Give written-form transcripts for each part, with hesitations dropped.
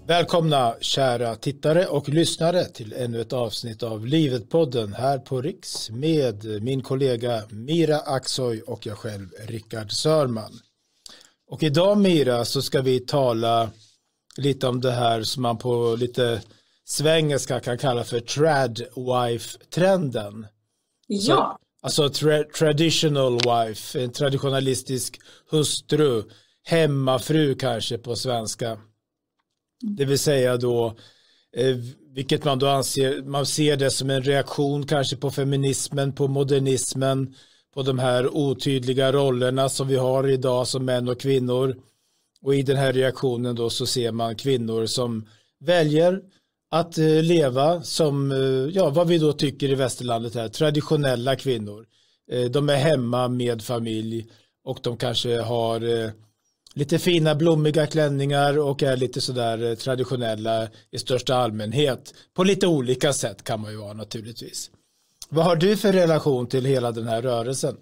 Välkomna kära tittare och lyssnare till ännu ett avsnitt av Livet-podden här på Riks med min kollega Mira Aksoy och jag själv Rickard Sörman. Och idag Mira så ska vi tala lite om det här som man på lite svengelska kan kalla för tradwife-trenden. Ja. Alltså traditional wife, en traditionalistisk hustru, hemmafru kanske på svenska. Det vill säga då, vilket man då anser, man ser det som en reaktion kanske på feminismen, på modernismen, på de här otydliga rollerna som vi har idag som män och kvinnor. Och i den här reaktionen då så ser man kvinnor som väljer att leva som, ja vad vi då tycker i västerlandet här, traditionella kvinnor. De är hemma med familj och de kanske har lite fina blommiga klänningar och är lite sådär traditionella i största allmänhet. På lite olika sätt kan man ju vara naturligtvis. Vad har du för relation till hela den här rörelsen?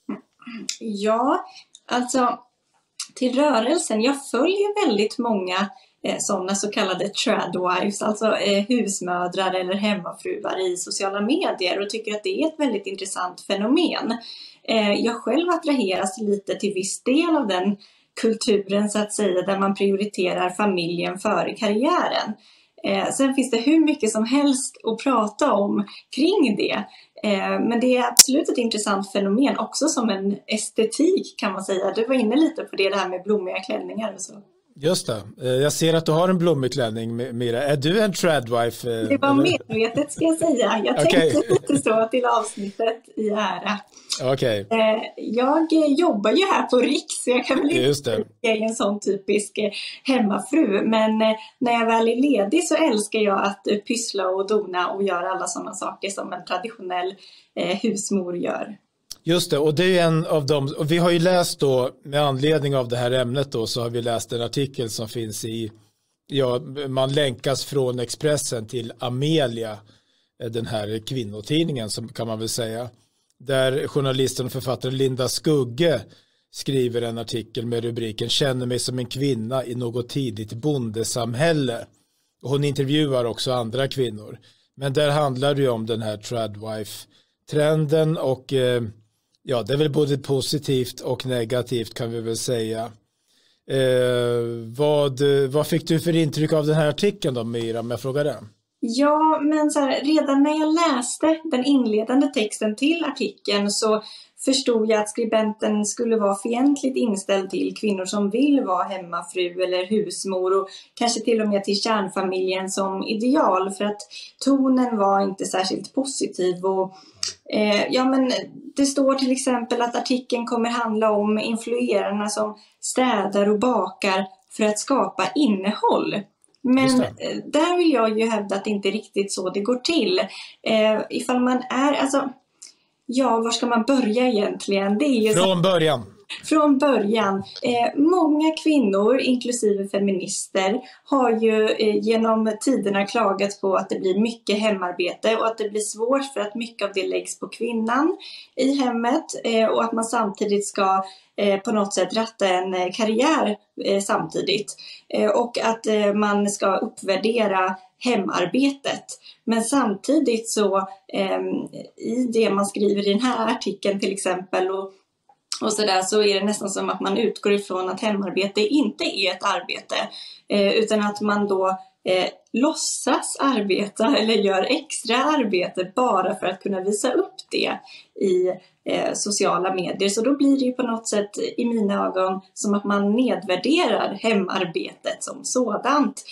Ja, alltså till rörelsen, jag följer väldigt många sådana så kallade tradwives, alltså husmödrar eller hemmafruar i sociala medier och tycker att det är ett väldigt intressant fenomen. Jag själv attraheras lite till viss del av den kulturen så att säga där man prioriterar familjen före karriären. Sen finns det hur mycket som helst att prata om kring det. Men det är absolut ett intressant fenomen också som en estetik kan man säga. Du var inne lite på det här med blommiga klänningar och så. Just det. Jag ser att du har en blommig klänning, Mira. Är du en tradwife? Det var medvetet ska jag säga. Jag tänkte lite så till avsnittet i ära. Okay. Jag jobbar ju här på Riks så jag kan väl inte säga en sån typisk hemmafru. Men när jag väl är ledig så älskar jag att pyssla och dona och göra alla sådana saker som en traditionell husmor gör. Just det, och det är en av dem, och vi har ju läst då med anledning av det här ämnet då så har vi läst en artikel som finns i, ja man länkas från Expressen till Amelia, den här kvinnotidningen som kan man väl säga, där journalisten och författaren Linda Skugge skriver en artikel med rubriken "Känner mig som en kvinna i något tidigt bondesamhälle". Och hon intervjuar också andra kvinnor. Men där handlar det ju om den här tradwife-trenden och ja, det är väl både positivt och negativt kan vi väl säga. Vad fick du för intryck av den här artikeln då, Mira, om jag frågar det? Ja, men så här, redan när jag läste den inledande texten till artikeln så förstod jag att skribenten skulle vara fientligt inställd till kvinnor som vill vara hemmafru eller husmor och kanske till och med till kärnfamiljen som ideal för att tonen var inte särskilt positiv och ja men det står till exempel att artikeln kommer handla om influerarna som städar och bakar för att skapa innehåll. Men där vill jag ju hävda att det inte är riktigt så det går till. Ifall man är, alltså, ja, var ska man börja egentligen? Det är ju Från början. Många kvinnor, inklusive feminister, har ju genom tiderna klagat på att det blir mycket hemarbete och att det blir svårt för att mycket av det läggs på kvinnan i hemmet och att man samtidigt ska på något sätt ratta en karriär samtidigt och att man ska uppvärdera hemarbetet. Men samtidigt så i det man skriver i den här artikeln till exempel och så där så är det nästan som att man utgår ifrån att hemarbete inte är ett arbete utan att man då låtsas arbeta eller gör extra arbete bara för att kunna visa upp det i sociala medier. Så då blir det ju på något sätt i mina ögon som att man nedvärderar hemarbetet som sådant.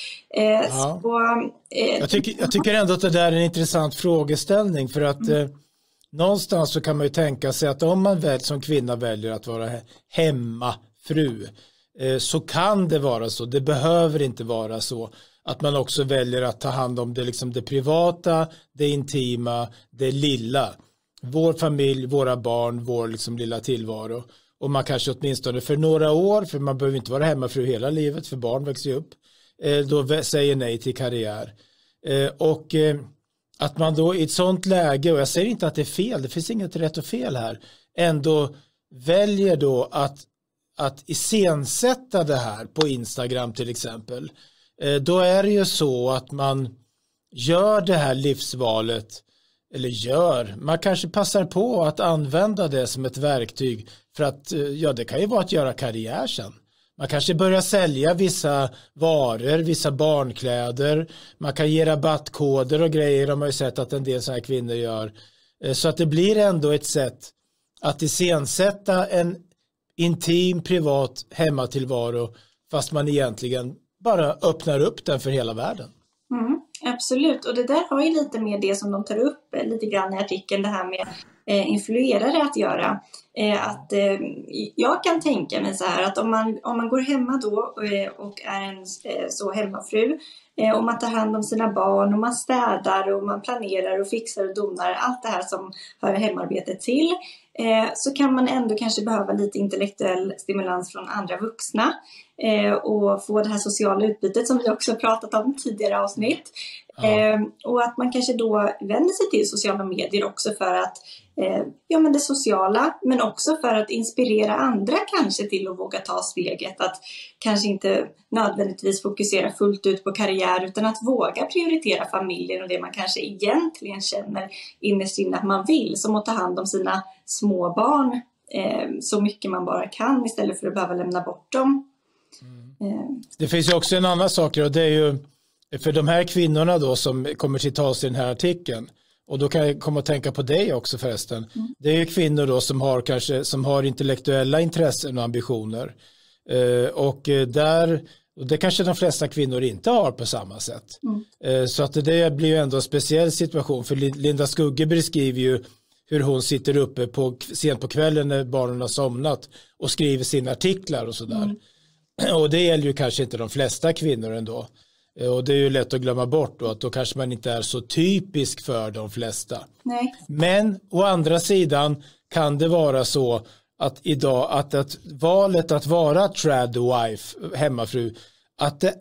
Jag tycker ändå att det där är en intressant frågeställning för att någonstans så kan man ju tänka sig att om man som kvinna väljer att vara hemmafru så kan det vara så, det behöver inte vara så att man också väljer att ta hand om det, liksom det privata, det intima, det lilla. Vår familj, våra barn, vår liksom lilla tillvaro. Och man kanske åtminstone för några år, för man behöver inte vara hemmafru hela livet, för barn växer ju upp, då säger nej till karriär. Och att man då i ett sånt läge, och jag säger inte att det är fel, det finns inget rätt och fel här, ändå väljer då att iscensätta det här på Instagram till exempel. då är det ju så att man gör det här livsvalet, man kanske passar på att använda det som ett verktyg för att, det kan ju vara att göra karriär sen. Man kanske börjar sälja vissa varor, vissa barnkläder, man kan ge rabattkoder och grejer, har man ju sett att en del sådana här kvinnor gör. Så att det blir ändå ett sätt att iscensätta en intim, privat hemmatillvaro fast man egentligen bara öppnar upp den för hela världen. Absolut, och det där har ju lite med det som de tar upp lite grann i artikeln, det här med influerare att göra. Jag kan tänka mig så här att om man går hemma då och är en så hemmafru och man tar hand om sina barn och man städar och man planerar och fixar och donar, allt det här som hör hemarbetet till, så kan man ändå kanske behöva lite intellektuell stimulans från andra vuxna och få det här sociala utbytet som vi också pratat om tidigare avsnitt. Och att man kanske då vänder sig till sociala medier också för att det sociala, men också för att inspirera andra kanske till att våga ta steget, att kanske inte nödvändigtvis fokusera fullt ut på karriär utan att våga prioritera familjen och det man kanske egentligen känner innerst inne att man vill, som att ta hand om sina små barn så mycket man bara kan istället för att behöva lämna bort dem. Det finns ju också en annan sak, och det är ju för de här kvinnorna då som kommer till tals i den här artikeln, och då kan jag komma att tänka på dig också förresten. Det är ju kvinnor då som har intellektuella intressen och ambitioner. Och det kanske de flesta kvinnor inte har på samma sätt. Så att det blir ju ändå en speciell situation. För Linda Skugge beskriver ju hur hon sitter uppe sent på kvällen när barnen har somnat och skriver sina artiklar och sådär. Och det gäller ju kanske inte de flesta kvinnor ändå. Och det är ju lätt att glömma bort då, att då kanske man inte är så typisk för de flesta. Nej. Men å andra sidan kan det vara så att idag att valet att vara trad wife, hemmafru, att det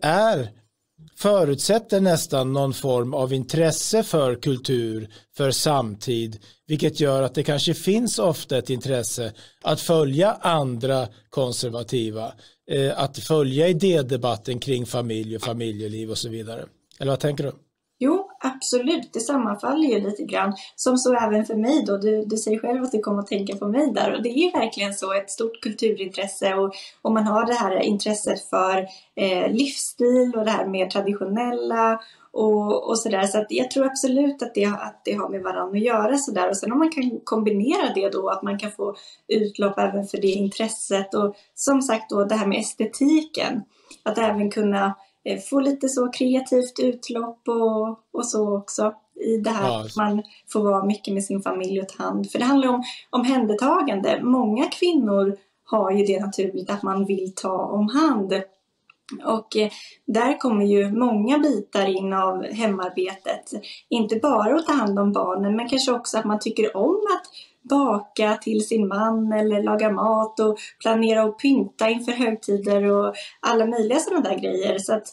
förutsätter nästan någon form av intresse för kultur, för samtid, vilket gör att det kanske finns ofta ett intresse att följa andra konservativa, att följa idédebatten kring familj och familjeliv och så vidare. Eller vad tänker du? Jo, absolut. Det sammanfaller ju lite grann. Som så även för mig då. Du säger själv att du kommer att tänka på mig där. Och det är ju verkligen så ett stort kulturintresse. Och man har det här intresset för livsstil och det här mer traditionella och sådär. Så att jag tror absolut att det har med varandra att göra sådär. Och sen om man kan kombinera det då, att man kan få utlopp även för det intresset. Och som sagt då det här med estetiken. Att även kunna få lite så kreativt utlopp och så också i det här att man får vara mycket med sin familj och ta hand. För det handlar om omhändertagande. Många kvinnor har ju det naturligt att man vill ta om hand. Och där kommer ju många bitar in av hemarbetet. Inte bara att ta hand om barnen, men kanske också att man tycker om att baka till sin man eller laga mat och planera och pynta inför högtider och alla möjliga sådana där grejer. Så att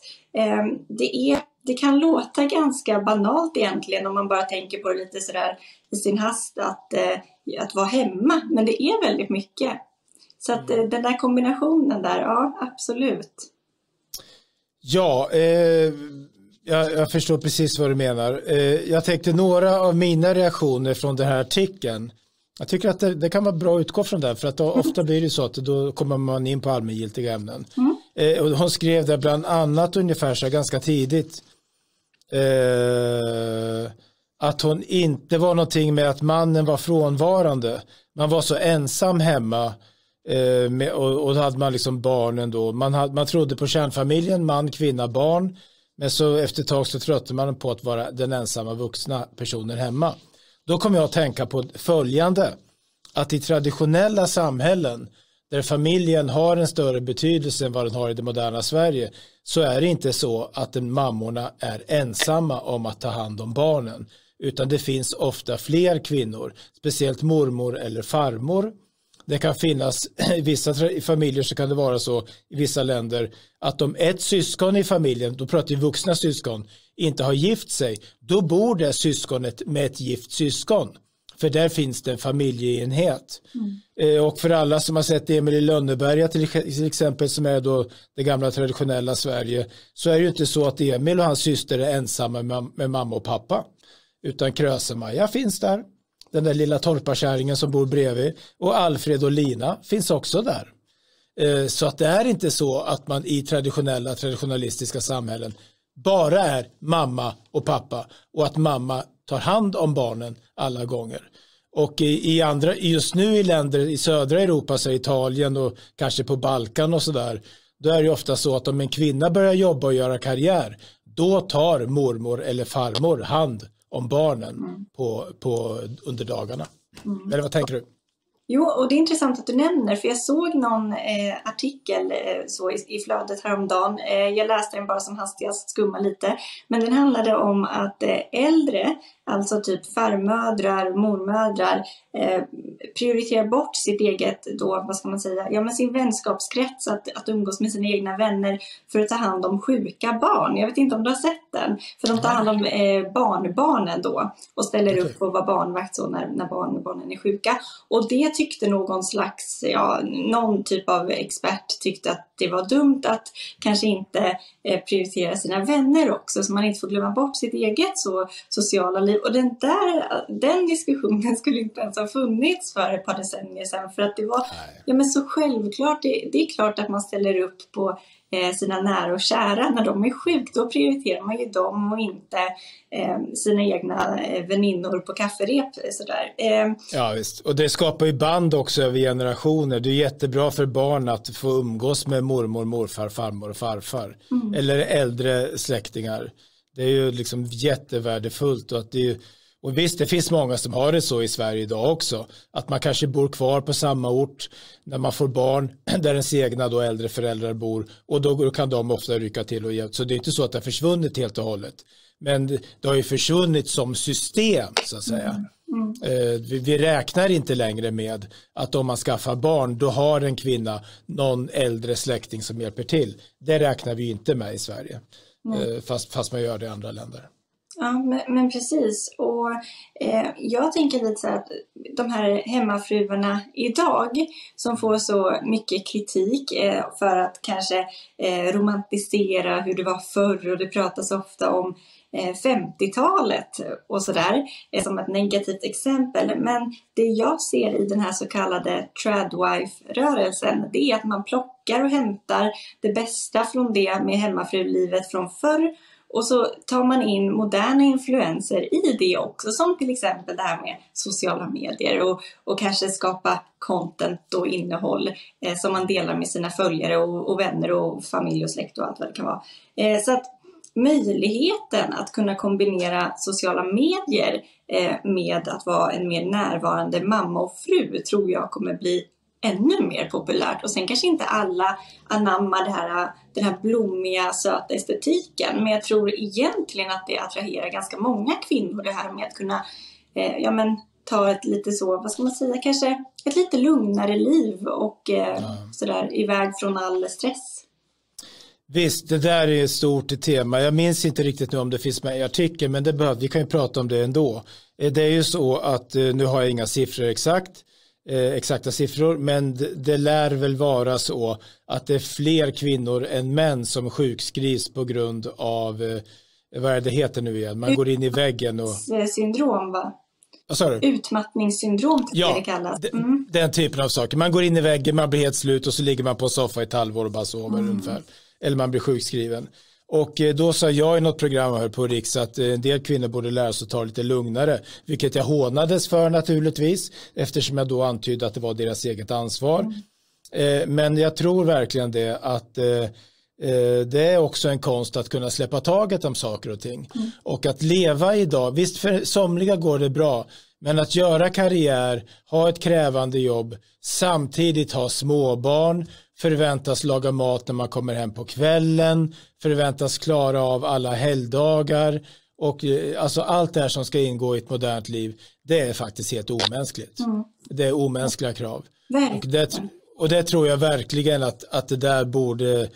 det kan låta ganska banalt egentligen om man bara tänker på det lite sådär i sin hast att vara hemma. Men det är väldigt mycket. Så att den där kombinationen där, ja absolut. Ja, jag förstår precis vad du menar. Jag tänkte några av mina reaktioner från den här artikeln. Jag tycker att det kan vara bra att utgå från det, för att ofta blir det så att då kommer man in på allmängiltiga ämnen. Och hon skrev där bland annat ungefär så ganska tidigt att hon inte var någonting med att mannen var frånvarande. Man var så ensam hemma och då hade man liksom barnen då. Man trodde på kärnfamiljen, man, kvinna, barn. Men så efter ett tag så tröttade man på att vara den ensamma vuxna personen hemma. Då kommer jag att tänka på följande, att i traditionella samhällen där familjen har en större betydelse än vad den har i det moderna Sverige, så är det inte så att mammorna är ensamma om att ta hand om barnen, utan det finns ofta fler kvinnor, speciellt mormor eller farmor. Det kan finnas i vissa familjer, så kan det vara så i vissa länder att om ett syskon i familjen, då pratar vi vuxna syskon, inte har gift sig, då bor det syskonet med ett gift syskon. För där finns det en familjeenhet. Och för alla som har sett Emil i Lönneberga till exempel, som är då det gamla traditionella Sverige, så är det ju inte så att Emil och hans syster är ensamma med mamma och pappa. Utan Kröse-Maja finns där. Den där lilla torparkärringen som bor bredvid. Och Alfred och Lina finns också där. Så att det är inte så att man i traditionalistiska samhällen bara är mamma och pappa och att mamma tar hand om barnen alla gånger. Och just nu i länder i södra Europa, så Italien och kanske på Balkan och sådär, då är det ofta så att om en kvinna börjar jobba och göra karriär, då tar mormor eller farmor hand om barnen under dagarna. Eller vad tänker du? Jo, och det är intressant att du nämner, för jag såg någon artikel så i flödet häromdagen. Jag läste den bara som hastigast, skumma lite. Men den handlade om att äldre, alltså typ farmödrar, mormödrar, prioriterar bort sitt eget, då, vad ska man säga, ja men sin vänskapskrets, att umgås med sina egna vänner för att ta hand om sjuka barn. Jag vet inte om du har sett den, för de tar hand om barnbarnen då och ställer upp och vara barnvakt så när barnen är sjuka. Och det tyckte någon slags, någon typ av expert tyckte att det var dumt att kanske inte prioritera sina vänner också, så man inte får glömma bort sitt eget sociala liv. Och den diskussionen skulle inte ens ha funnits för ett par decennier sedan, för att det var men så självklart. Det är klart att man ställer upp på sina nära och kära när de är sjuka. Då prioriterar man ju dem och inte sina egna väninnor på kafferep sådär. Ja visst, och det skapar ju band också över generationer. Det är jättebra för barn att få umgås med mormor, morfar, farmor och farfar eller äldre släktingar. Det är ju liksom jättevärdefullt. Och visst, det finns många som har det så i Sverige idag också. Att man kanske bor kvar på samma ort när man får barn där ens egna då äldre föräldrar bor. Och då kan de ofta rycka till och hjälpa. Så det är inte så att det har försvunnit helt och hållet. Men det har ju försvunnit som system så att säga. Vi räknar inte längre med att om man skaffar barn då har en kvinna någon äldre släkting som hjälper till. Det räknar vi inte med i Sverige. Fast man gör det i andra länder. Ja, men precis. Och jag tänker lite så här att de här hemmafruarna idag som får så mycket kritik för att kanske romantisera hur det var förr, och det pratas ofta om 50-talet och sådär som ett negativt exempel. Men det jag ser i den här så kallade tradwife-rörelsen, det är att man plockar och hämtar det bästa från det med hemmafrulivet från förr. Och så tar man in moderna influenser i det också, som till exempel det här med sociala medier och kanske skapa content och innehåll som man delar med sina följare och vänner och familj och släkt och allt vad det kan vara. Så att möjligheten att kunna kombinera sociala medier med att vara en mer närvarande mamma och fru tror jag kommer bli ännu mer populärt. Och sen kanske inte alla anammar den här blommiga, söta estetiken. Men jag tror egentligen att det attraherar ganska många kvinnor, det här med att kunna ta ett lite så, vad ska man säga, kanske ett lite lugnare liv och sådär iväg från all stress. Visst, det där är ett stort tema. Jag minns inte riktigt nu om det finns med i artikeln, men vi kan ju prata om det ändå. Det är ju så att, nu har jag inga siffror exakta siffror, men det lär väl vara så att det är fler kvinnor än män som sjukskrivs på grund av, vad är det heter nu igen? Man går in i väggen och... Syndrom, va? Vad sa du? Utmattningssyndrom tycker det kallas. Den typen av saker. Man går in i väggen, man blir helt slut och så ligger man på soffa i ett halvår och bara sover ungefär. Eller man blir sjukskriven. Och då sa jag i något program här på Riks att en del kvinnor borde lära sig att ta lite lugnare, vilket jag hånades för naturligtvis, eftersom jag då antydde att det var deras eget ansvar. Men jag tror verkligen det att det är också en konst att kunna släppa taget om saker och ting. Och att leva idag, visst för somliga går det bra, men att göra karriär, ha ett krävande jobb, samtidigt ha småbarn, förväntas laga mat när man kommer hem på kvällen, förväntas klara av alla helgdagar och alltså allt det här som ska ingå i ett modernt liv, det är faktiskt helt omänskligt. Det är omänskliga krav. Och det tror jag verkligen att det där borde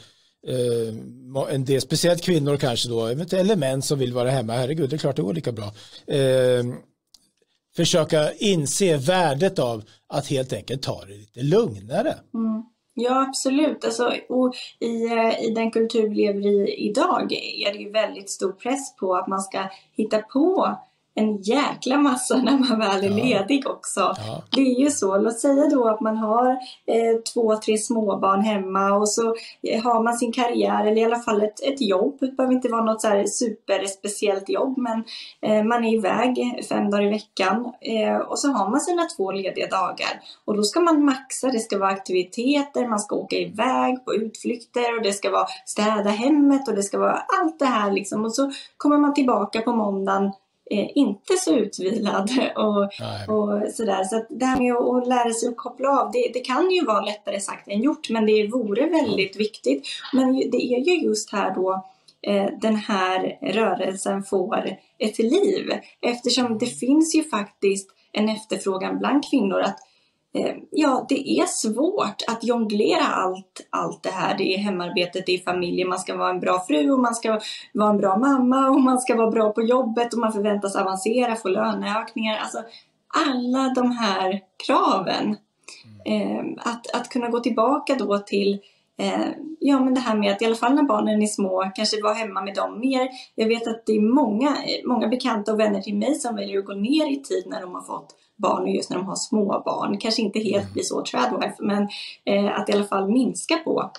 en del, speciellt kvinnor kanske då, eller män som vill vara hemma, herregud, det är klart det går lika bra. försöka inse värdet av att helt enkelt ta det lite lugnare. Mm. Ja, absolut. Alltså, och i den kultur vi lever i idag är det ju väldigt stor press på att man ska hitta på en jäkla massa när man väl är ledig också. Ja. Det är ju så. Låt säga då att man har 2-3 småbarn hemma och så har man sin karriär eller i alla fall ett jobb. Det behöver inte vara något så här superspeciellt jobb, men man är iväg 5 dagar i veckan och så har man sina 2 lediga dagar. Och då ska man maxa. Det ska vara aktiviteter, man ska åka iväg på utflykter och det ska vara städa hemmet och det ska vara allt det här liksom. Och så kommer man tillbaka på måndagen inte så utvilad och sådär. Så att det här med att lära sig att koppla av, det kan ju vara lättare sagt än gjort, men det vore väldigt viktigt. Men det är ju just här då den här rörelsen får ett liv. Eftersom det finns ju faktiskt en efterfrågan bland kvinnor att det är svårt att jonglera allt det här. Det är hemarbetet, det är familjen, man ska vara en bra fru och man ska vara en bra mamma och man ska vara bra på jobbet och man förväntas avancera, få löneökningar. Alltså alla de här kraven. Att kunna gå tillbaka då till men det här med att i alla fall när barnen är små kanske vara hemma med dem mer. Jag vet att det är många bekanta och vänner till mig som väljer att gå ner i tid när de har fått barn och just när de har små barn. Kanske inte helt bli så tradwife, men att i alla fall minska på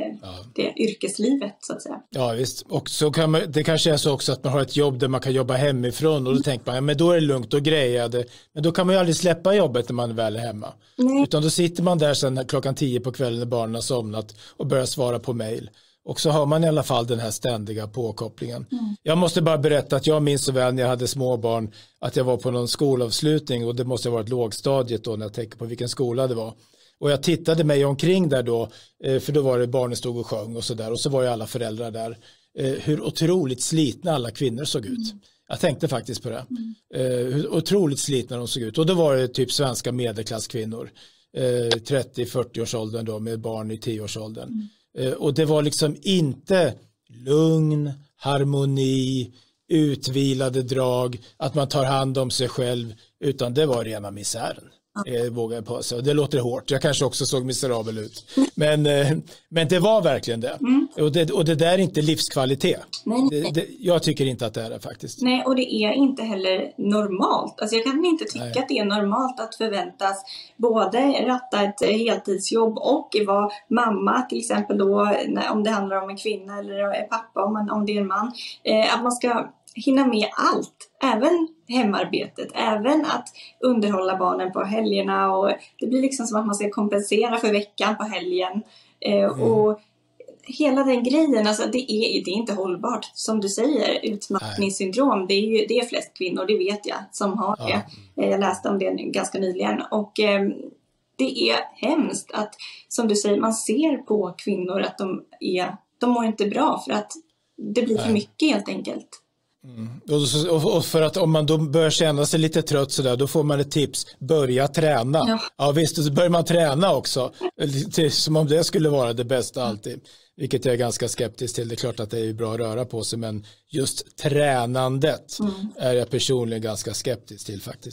det yrkeslivet så att säga. Ja visst, och så kan det kanske är så också att man har ett jobb där man kan jobba hemifrån och då tänker man, men då är det lugnt, då grejer jag det. Men då kan man ju aldrig släppa jobbet när man väl är hemma. Nej. Utan då sitter man där sen klockan 10 på kvällen när barnen har somnat och börjar svara på mejl. Och så har man i alla fall den här ständiga påkopplingen. Jag måste bara berätta att jag minns så väl när jag hade småbarn att jag var på någon skolavslutning och det måste ha varit lågstadiet då när jag tänker på vilken skola det var. Och jag tittade mig omkring där då, för då var det barnen stod och sjöng och så där. Och så var ju alla föräldrar där. Hur otroligt slitna alla kvinnor såg ut. Jag tänkte faktiskt på det. Hur otroligt slitna de såg ut. Och då var det typ svenska medelklasskvinnor. 30-40-årsåldern då med barn i 10-årsåldern. Och det var liksom inte lugn, harmoni, utvilade drag, att man tar hand om sig själv, utan det var rena misären. Vågar jag på sig. Och det låter hårt. Jag kanske också såg miserabel ut. Men det var verkligen det. Och det där är inte livskvalitet. Nej. Jag tycker inte att det är det faktiskt. Nej, och det är inte heller normalt. Alltså jag kan inte tycka att det är normalt att förväntas både ratta ett heltidsjobb och vara mamma till exempel då, om det handlar om en kvinna eller pappa om det är en man. Att man ska hinna med allt. Även hemarbetet, även att underhålla barnen på helgerna och det blir liksom som att man ska kompensera för veckan på helgen och hela den grejen, alltså det är inte hållbart som du säger, utmattningssyndrom, det är flest kvinnor, det vet jag, som har det. Jag läste om det ganska nyligen och det är hemskt att, som du säger, man ser på kvinnor att de mår inte bra för att det blir för mycket helt enkelt. Och för att om man då börjar känna sig lite trött så där, då får man ett tips, börja träna. Ja visst, så börjar man träna också, som om det skulle vara det bästa alltid, vilket jag är ganska skeptisk till. Det är klart att det är bra att röra på sig, men just tränandet är jag personligen ganska skeptisk till faktiskt.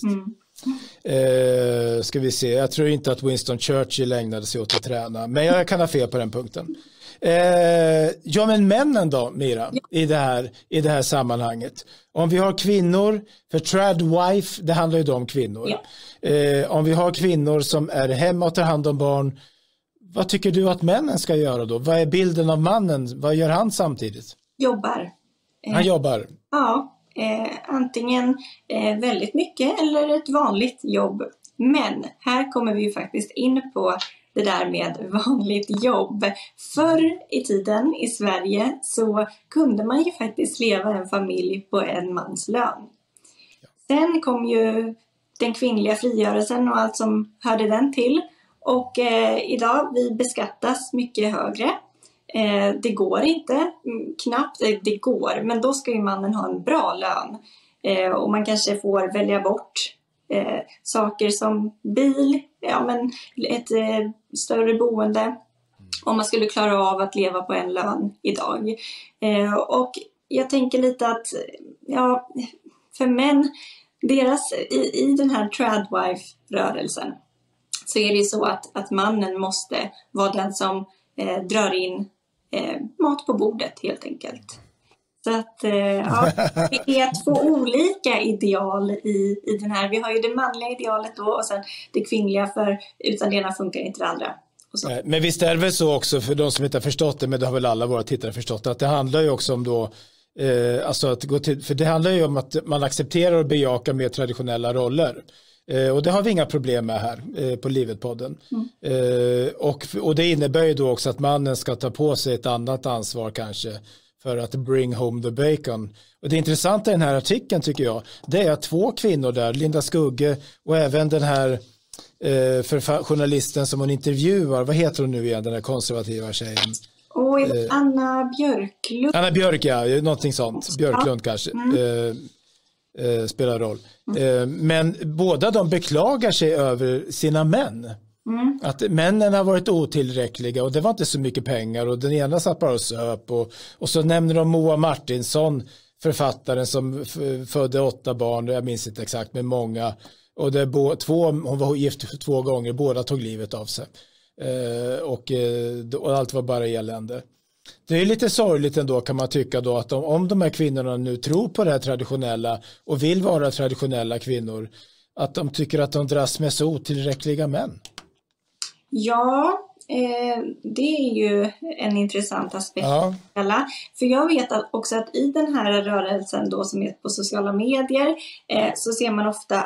Ska vi se, jag tror inte att Winston Churchill ägnade sig åt att träna, men jag kan ha fel på den punkten. Men männen då, Mira, i det här sammanhanget. Om vi har kvinnor, för tradwife, det handlar ju då om kvinnor. Om vi har kvinnor som är hemma och tar hand om barn, vad tycker du att männen ska göra då? Vad är bilden av mannen? Vad gör han samtidigt? Jobbar. Han jobbar? Ja, antingen väldigt mycket eller ett vanligt jobb. Men här kommer vi ju faktiskt in på det där med vanligt jobb. Förr i tiden i Sverige så kunde man ju faktiskt leva en familj på en mans lön. Sen kom ju den kvinnliga frigörelsen och allt som hörde den till. Och idag vi beskattas mycket högre. Det går inte, knappt det går, men då ska ju mannen ha en bra lön. Och man kanske får välja bort saker som bil, ett större boende, om man skulle klara av att leva på en lön idag. Och jag tänker lite att för män, I den här tradwife-rörelsen så är det ju så att mannen måste vara den som drar in mat på bordet helt enkelt. Så att ja, det är två olika ideal i den här. Vi har ju det manliga idealet då och sen det kvinnliga, för utan det ena funkar inte det andra. Men visst är det väl så också, för de som inte har förstått det, men det har väl alla våra tittare förstått, att det handlar ju också om då alltså att gå till, för det handlar ju om att man accepterar och bejakar mer traditionella roller. Och det har vi inga problem med här på Livet-podden. Och det innebär ju då också att mannen ska ta på sig ett annat ansvar kanske för att bring home the bacon. Och det intressanta i den här artikeln tycker jag, det är att två kvinnor där, Linda Skugge och även den här journalisten som hon intervjuar, vad heter hon nu igen, den här konservativa tjejen? Anna Björklund. Anna Björk, ja, någonting sånt. Björklund kanske spelar roll. Men båda de beklagar sig över sina män. Att männen har varit otillräckliga och det var inte så mycket pengar och den ena satt bara och söp och så nämner de Moa Martinsson, författaren som födde 8 barn, jag minns inte exakt, men många, och det hon var gift 2 gånger, båda tog livet av sig och allt var bara elände. Det är lite sorgligt ändå, kan man tycka då, att om de här kvinnorna nu tror på det här traditionella och vill vara traditionella kvinnor, att de tycker att de dras med så otillräckliga män. Ja, det är ju en intressant aspekt. Ja. För jag vet också att i den här rörelsen då som är på sociala medier så ser man ofta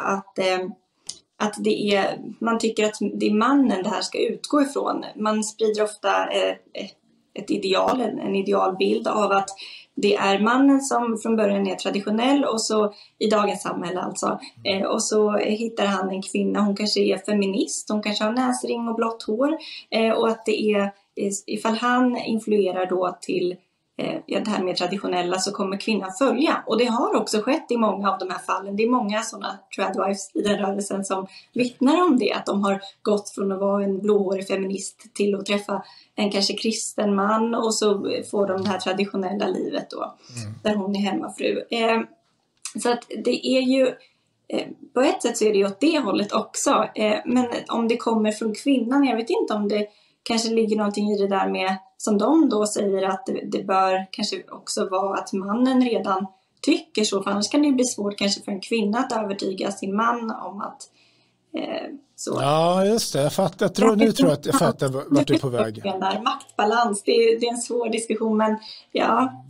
att det är, man tycker att det är mannen det här ska utgå ifrån. Man sprider ofta ett ideal, en idealbild av att det är mannen som från början är traditionell och så i dagens samhälle alltså. Och så hittar han en kvinna, hon kanske är feminist, hon kanske har näsring och blått hår. Och att det är, ifall han influerar då till det här med traditionella så kommer kvinnan följa. Och det har också skett i många av de här fallen. Det är många sådana tradwives i den rörelsen som vittnar om det. Att de har gått från att vara en blåhårig feminist till att träffa en kanske kristen man. Och så får de det här traditionella livet då. Där hon är hemmafru. Så att det är ju, på ett sätt så är det ju åt det hållet också. Men om det kommer från kvinnan, jag vet inte om det kanske ligger någonting i det där med, som de då säger, att det bör kanske också vara att mannen redan tycker så. För annars kan det ju bli svårt kanske för en kvinna att övertyga sin man om att så. Ja, just det. Nu tror jag att jag fattar vart du är på väg. Maktbalans, det är en svår diskussion, men ja,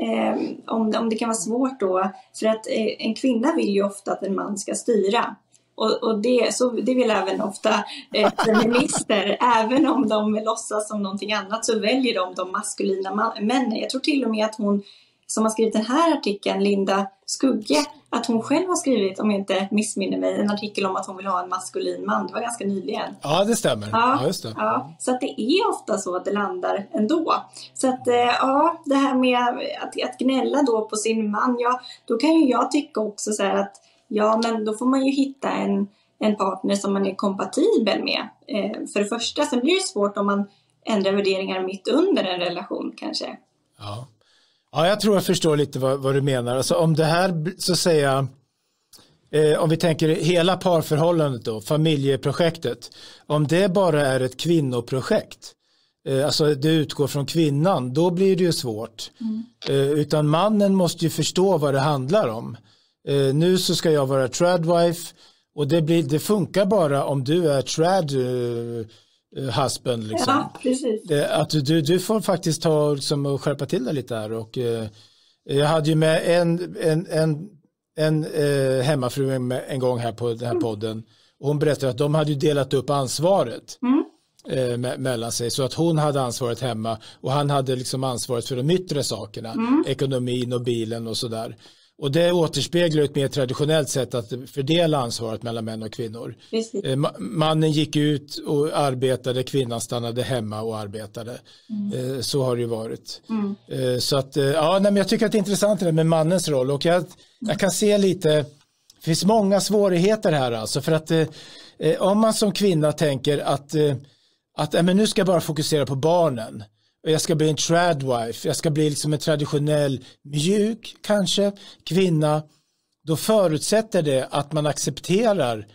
om det kan vara svårt då. För att en kvinna vill ju ofta att en man ska styra. Och det vill även ofta feminister. Även om de låtsas som någonting annat så väljer de maskulina männen. Jag tror till och med att hon som har skrivit den här artikeln, Linda Skugge, att hon själv har skrivit, om jag inte missminner mig, en artikel om att hon vill ha en maskulin man. Det var ganska nyligen. Ja, det stämmer. Ja, just det. Ja, så att det är ofta så att det landar ändå. Så att ja, det här med att gnälla då på sin man, ja, då kan ju jag tycka också så här att ja, men då får man ju hitta en partner som man är kompatibel med. För det första, sen blir det svårt om man ändrar värderingar mitt under en relation kanske. Ja, jag tror jag förstår lite vad du menar. Alltså om det här, så att säga, om vi tänker hela parförhållandet då, familjeprojektet, om det bara är ett kvinnoprojekt, alltså det utgår från kvinnan, då blir det ju svårt. Utan mannen måste ju förstå vad det handlar om. Nu så ska jag vara tradwife och det funkar bara om du är trad husband liksom. Ja, precis. Att du får faktiskt ta som och skärpa till det lite här, och jag hade ju med en hemmafru en gång här på den här podden, och hon berättade att de hade ju delat upp ansvaret mellan sig, så att hon hade ansvaret hemma och han hade liksom ansvaret för de yttre sakerna, ekonomin och bilen och sådär. Och det återspeglar ett mer traditionellt sätt att fördela ansvaret mellan män och kvinnor. Mannen gick ut och arbetade, kvinnan stannade hemma och arbetade. Så har det ju varit. Så att, ja, men jag tycker att det är intressant det med mannens roll. Och jag kan se lite, det finns många svårigheter här alltså. För att om man som kvinna tänker att men nu ska jag bara fokusera på barnen. Jag ska bli en tradwife, jag ska bli liksom en traditionell mjuk kanske kvinna. då förutsätter det att man accepterar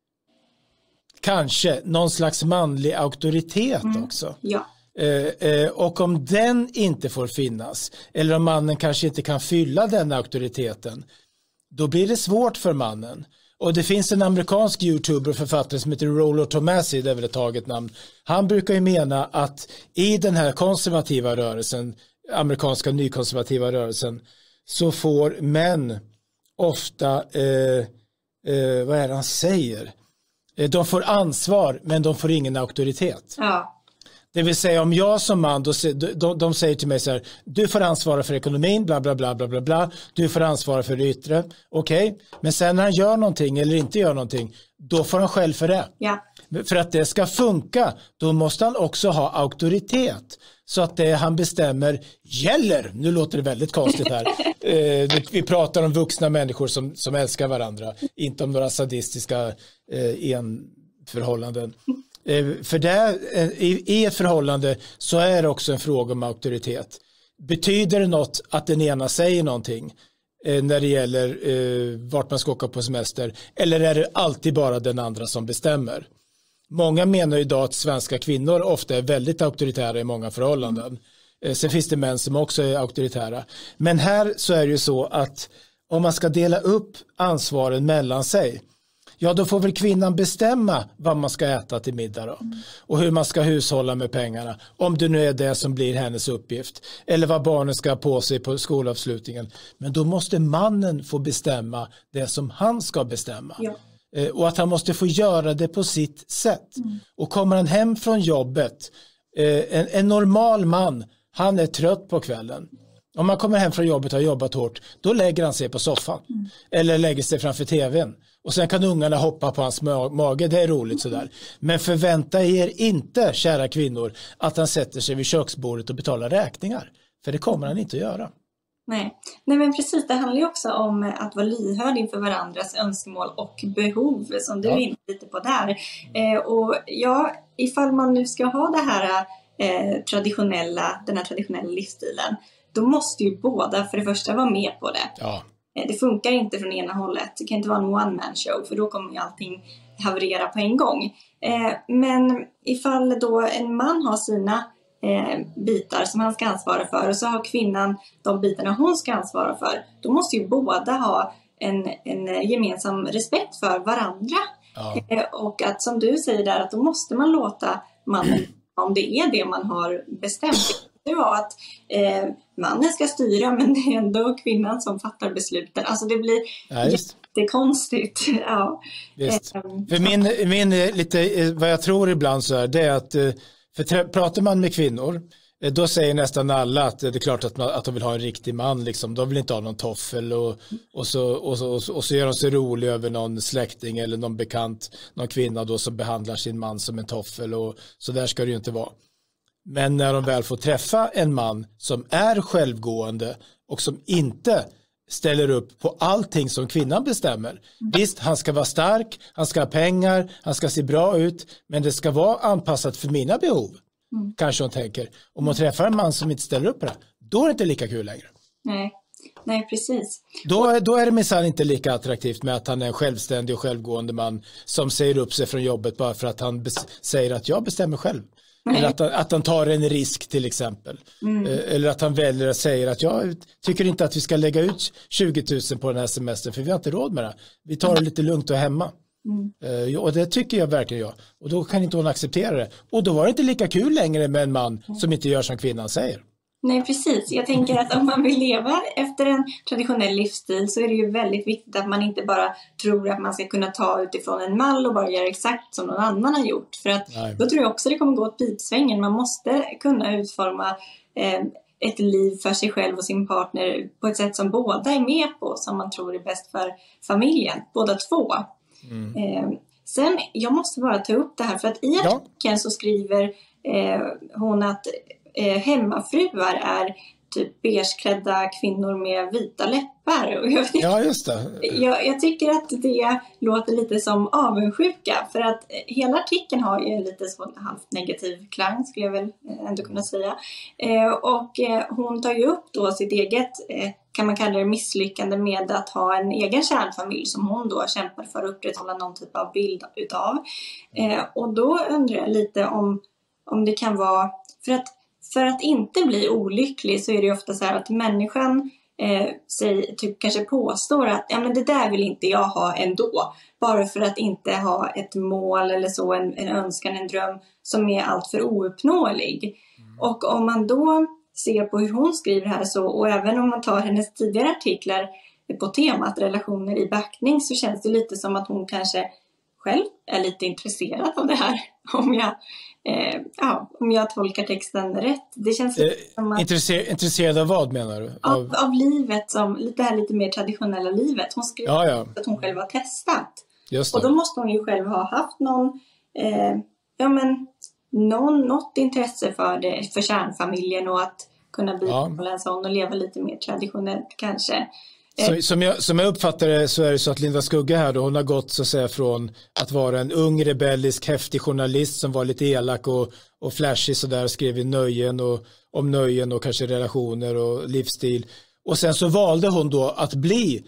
kanske någon slags manlig auktoritet också. Ja. Och om den inte får finnas, eller om mannen kanske inte kan fylla den auktoriteten, då blir det svårt för mannen. Och det finns en amerikansk youtuber och författare som heter Rollo Tomassi, det är väl ett taget namn. Han brukar ju mena att i den här konservativa rörelsen, amerikanska nykonservativa rörelsen, så får män ofta, vad är det han säger? De får ansvar, men de får ingen auktoritet. Ja. Det vill säga om jag som man, de säger till mig så här, du får ansvara för ekonomin, bla bla bla bla bla bla, du får ansvara för det yttre, okej. Men sen när han gör någonting eller inte gör någonting, då får han själv för det. Ja. För att det ska funka, då måste han också ha auktoritet. Så att det han bestämmer gäller. Nu låter det väldigt konstigt här. Vi pratar om vuxna människor som älskar varandra, inte om några sadistiska enförhållanden. För det, i ett förhållande så är det också en fråga om auktoritet. Betyder det något att den ena säger någonting när det gäller vart man ska åka på semester, eller är det alltid bara den andra som bestämmer? Många menar idag att svenska kvinnor ofta är väldigt auktoritära i många förhållanden. Sen finns det män som också är auktoritära. Men här så är det ju så att om man ska dela upp ansvaren mellan sig, ja, då får väl kvinnan bestämma vad man ska äta till middag då. Och hur man ska hushålla med pengarna. Om det nu är det som blir hennes uppgift. Eller vad barnen ska ha på sig på skolavslutningen. Men då måste mannen få bestämma det som han ska bestämma. Ja. Och att han måste få göra det på sitt sätt. Och kommer han hem från jobbet, en normal man, han är trött på kvällen. Om man kommer hem från jobbet och har jobbat hårt, då lägger han sig på soffan. Eller lägger sig framför tvn. Och sen kan ungarna hoppa på hans mage, det är roligt sådär. Men förvänta er inte, kära kvinnor, att han sätter sig vid köksbordet och betalar räkningar. För det kommer han inte att göra. Nej, men precis, det handlar ju också om att vara lyhörd inför varandras önskemål och behov som du är inne lite på där. Och ja, ifall man nu ska ha det här den här traditionella livsstilen, då måste ju båda för det första vara med på det. Ja. Det funkar inte från ena hållet. Det kan inte vara en one-man show, för då kommer ju allting haverera på en gång. Men ifall då en man har sina bitar som han ska ansvara för, och så har kvinnan de bitarna hon ska ansvara för, då måste ju båda ha en gemensam respekt för varandra. Ja. Och att, som du säger där, att då måste man låta mannen, om det är det man har bestämt, det var att mannen ska styra, men det är ändå kvinnan som fattar besluten. Alltså det blir jättekonstigt. Ja. För min lite, vad jag tror ibland så är det att för pratar man med kvinnor, då säger nästan alla att det är klart att de vill ha en riktig man. Liksom. De vill inte ha någon toffel och så gör de sig roliga över någon släkting eller någon bekant, någon kvinna då som behandlar sin man som en toffel, och så där ska det ju inte vara. Men när de väl får träffa en man som är självgående och som inte ställer upp på allting som kvinnan bestämmer. Visst, han ska vara stark, han ska ha pengar, han ska se bra ut, men det ska vara anpassat för mina behov. Kanske hon tänker. Om hon träffar en man som inte ställer upp på det, då är det inte lika kul längre. Nej, precis. Då är det minsann inte lika attraktivt med att han är en självständig och självgående man som säger upp sig från jobbet bara för att han säger att jag bestämmer själv. Eller att han tar en risk till exempel. Eller att han väljer att säga att jag tycker inte att vi ska lägga ut 20 000 på den här semestern, för vi har inte råd med det. Vi tar det lite lugnt och hemma. Och det tycker jag verkligen jag. Och då kan inte hon acceptera det. Och då var det inte lika kul längre med en man som inte gör som kvinnan säger. Nej, precis. Jag tänker att om man vill leva efter en traditionell livsstil, så är det ju väldigt viktigt att man inte bara tror att man ska kunna ta utifrån en mall och bara göra exakt som någon annan har gjort. För att då tror jag också det kommer gå åt pipsvängen. Man måste kunna utforma ett liv för sig själv och sin partner på ett sätt som båda är med på, som man tror är bäst för familjen, båda två. Sen, jag måste bara ta upp det här, för att i artikeln så skriver hon att hemmafruar är typ beigeklädda kvinnor med vita läppar. Och ja, just det. Jag tycker att det låter lite som avundsjuka, för att hela artikeln har ju lite så halvt negativ klang, skulle jag väl ändå kunna säga. Och hon tar ju upp då sitt eget, kan man kalla det, misslyckande med att ha en egen kärnfamilj som hon då kämpar för att upprätthålla någon typ av bild utav. Och då undrar jag lite om det kan vara, för att inte bli olycklig så är det ju ofta så här att människan typ kanske påstår att ja, men det där vill inte jag ha ändå. Bara för att inte ha ett mål eller så, en önskan, en dröm som är alltför ouppnåelig. Och om man då ser på hur hon skriver här så, och även om man tar hennes tidigare artiklar på temat relationer i backning, så känns det lite som att hon kanske själv är lite intresserad av det här. Om jag tolkar texten rätt. Det känns som att, intresserad av vad menar du? Av livet, som det här lite mer traditionella livet. Hon skrev att hon själv har testat. Just det. Och då måste hon ju själv ha haft något intresse för kärnfamiljen och att kunna bibehålla en sån och leva lite mer traditionellt kanske. Som jag uppfattar det så är det så att Linda Skugge här då, hon har gått så att säga från att vara en ung, rebellisk, häftig journalist som var lite elak och flashig så där, skrev i nöjen och om nöjen och kanske relationer och livsstil. Och sen så valde hon då att bli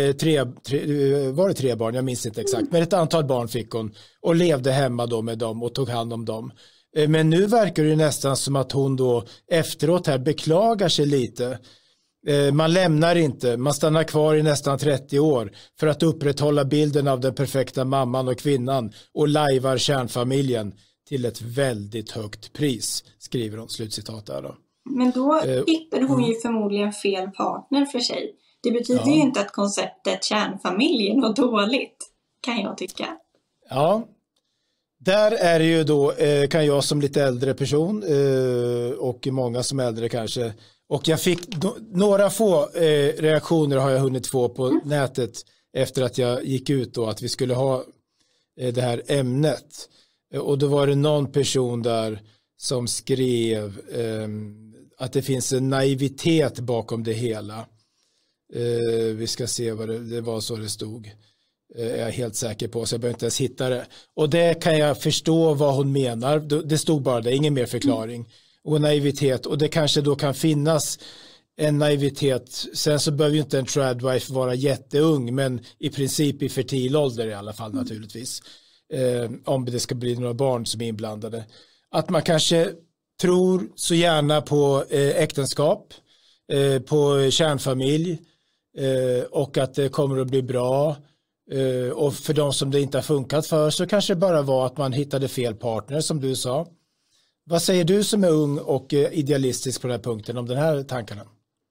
var det 3 barn, jag minns inte exakt, men ett antal barn fick hon och levde hemma då med dem och tog hand om dem. Men nu verkar det nästan som att hon då efteråt här beklagar sig lite. Man lämnar inte, man stannar kvar i nästan 30 år för att upprätthålla bilden av den perfekta mamman och kvinnan och lajvar kärnfamiljen till ett väldigt högt pris, skriver hon, slutcitat där då. Men då hittade hon ju förmodligen fel partner för sig. Det betyder ju inte att konceptet kärnfamilj är något dåligt, kan jag tycka. Ja, där är det ju då, kan jag som lite äldre person och många som äldre kanske, och jag fick några få reaktioner har jag hunnit få på nätet efter att jag gick ut då att vi skulle ha det här ämnet. Och då var det någon person där som skrev att det finns en naivitet bakom det hela. Vi ska se vad det var, så det stod. Jag är helt säker på, så jag behöver inte ens hitta det. Och det kan jag förstå vad hon menar. Det stod bara det, ingen mer förklaring. Och naivitet, och det kanske då kan finnas en naivitet. Sen så behöver ju inte en tradwife vara jätteung, men i princip i fertil ålder i alla fall naturligtvis. Om det ska bli några barn som är inblandade. Att man kanske tror så gärna på äktenskap, på kärnfamilj och att det kommer att bli bra. Och för de som det inte har funkat för så kanske det bara var att man hittade fel partner som du sa. Vad säger du som är ung och idealistisk på den här punkten om den här tankarna?